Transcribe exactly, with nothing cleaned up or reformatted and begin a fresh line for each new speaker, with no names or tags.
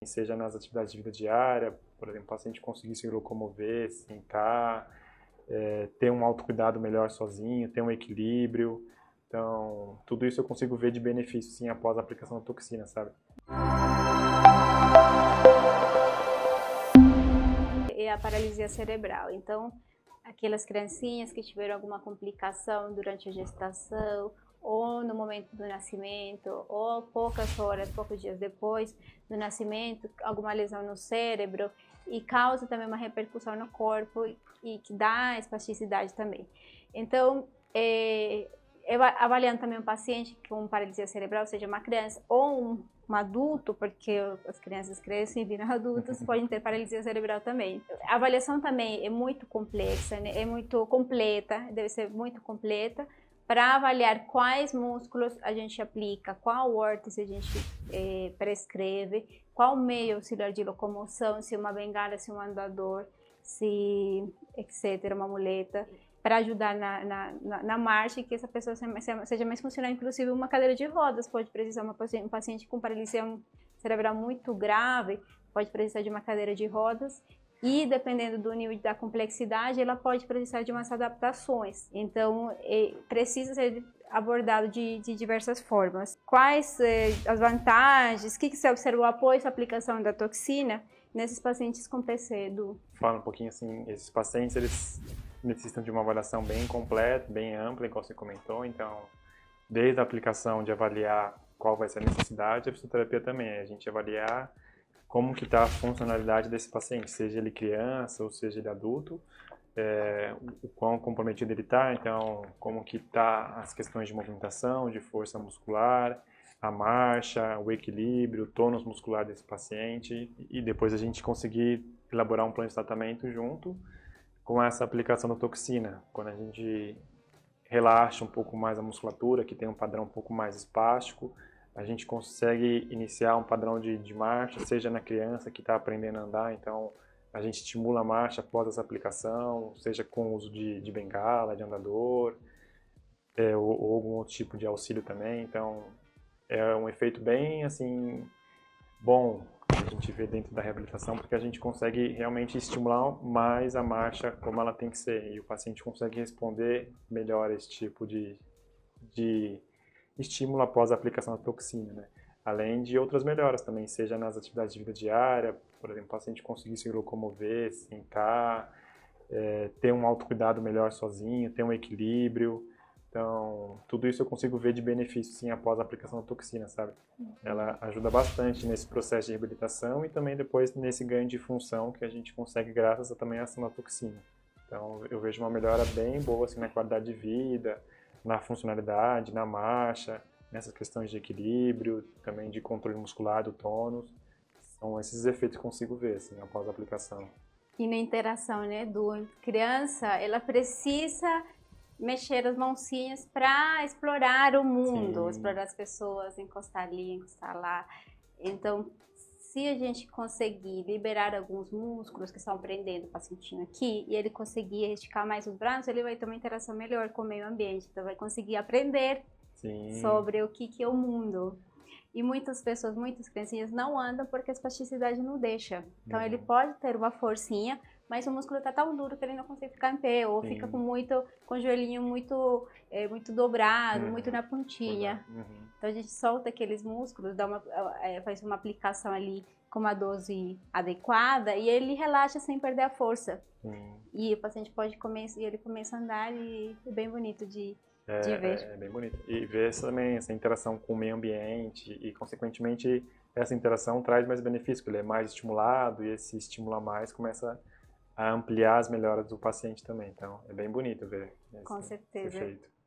seja nas atividades de vida diária, por exemplo, o paciente conseguir se locomover, sentar, é, ter um autocuidado melhor sozinho, ter um equilíbrio. Então, tudo isso eu consigo ver de benefício, sim, após a aplicação da toxina, sabe?
É a paralisia cerebral. Então, aquelas criancinhas que tiveram alguma complicação durante a gestação, ou no momento do nascimento, ou poucas horas, poucos dias depois do nascimento, alguma lesão no cérebro, e causa também uma repercussão no corpo e que dá espasticidade também. Então, é, avaliando também um paciente com paralisia cerebral, seja uma criança ou um, um adulto, porque as crianças crescem e viram adultos, podem ter paralisia cerebral também. A avaliação também é muito complexa, né? É muito completa, deve ser muito completa, para avaliar quais músculos a gente aplica, qual órtese a gente é, prescreve, qual meio auxiliar de locomoção, se uma bengala, se um andador, se etcétera, uma muleta, para ajudar na, na, na, na marcha e que essa pessoa seja mais funcional. Inclusive, uma cadeira de rodas pode precisar, uma, um paciente com paralisia cerebral muito grave pode precisar de uma cadeira de rodas. E, dependendo do nível da complexidade, ela pode precisar de umas adaptações. Então, é, precisa ser abordado de, de diversas formas. Quais é, as vantagens? O que, que você observou após a aplicação da toxina nesses pacientes com P C, Edu?
Fala um pouquinho assim, esses pacientes, eles necessitam de uma avaliação bem completa, bem ampla, igual você comentou. Então, desde a aplicação de avaliar qual vai ser a necessidade, a fisioterapia também é a gente avaliar como que está a funcionalidade desse paciente, seja ele criança ou seja ele adulto, é, o quão comprometido ele está, então como que está as questões de movimentação, de força muscular, a marcha, o equilíbrio, o tônus muscular desse paciente, e depois a gente conseguir elaborar um plano de tratamento junto com essa aplicação da toxina, quando a gente relaxa um pouco mais a musculatura, que tem um padrão um pouco mais espástico, a gente consegue iniciar um padrão de, de marcha, seja na criança que está aprendendo a andar, então a gente estimula a marcha após essa aplicação, seja com o uso de, de bengala, de andador, é, ou, ou algum outro tipo de auxílio também. Então é um efeito bem assim bom que a gente vê dentro da reabilitação, porque a gente consegue realmente estimular mais a marcha como ela tem que ser, e o paciente consegue responder melhor a esse tipo de, de estímulo após a aplicação da toxina, né? Além de outras melhoras também, seja nas atividades de vida diária, por exemplo, o paciente conseguir se locomover, sentar, é, ter um autocuidado melhor sozinho, ter um equilíbrio. Então, tudo isso eu consigo ver de benefício, sim, após a aplicação da toxina, sabe? Uhum. Ela ajuda bastante nesse processo de reabilitação e também depois nesse ganho de função que a gente consegue graças a também a ação da toxina. Então, eu vejo uma melhora bem boa, assim, na qualidade de vida, na funcionalidade, na marcha, nessas questões de equilíbrio, também de controle muscular do tônus. São esses efeitos que consigo ver, assim, após a aplicação.
E na interação, né, do criança, ela precisa mexer as mãozinhas para explorar o mundo, Sim. explorar as pessoas, encostar ali, encostar lá. Então, se a gente conseguir liberar alguns músculos que estão prendendo o pacientinho aqui, e ele conseguir esticar mais os braços, ele vai ter uma interação melhor com o meio ambiente, então vai conseguir aprender Sim. sobre o que, que é o mundo. E muitas pessoas, muitas criancinhas não andam porque a espasticidade não deixa. Então uhum. ele pode ter uma forcinha, mas o músculo está tão duro que ele não consegue ficar em pé, ou Sim. fica com muito, com o joelhinho muito, é, muito dobrado, uhum. muito na pontinha. Uhum. Então a gente solta aqueles músculos, dá uma, é, faz uma aplicação ali com uma dose adequada e ele relaxa sem perder a força. Uhum. E o paciente pode começar, e ele começa a andar e é bem bonito de,
é,
de ver.
É bem bonito. E ver essa, também essa interação com o meio ambiente e, consequentemente, essa interação traz mais benefícios, porque ele é mais estimulado e esse estimular mais começa a ampliar as melhoras do paciente também. Então, é bem bonito ver esse,
Com certeza.
esse efeito.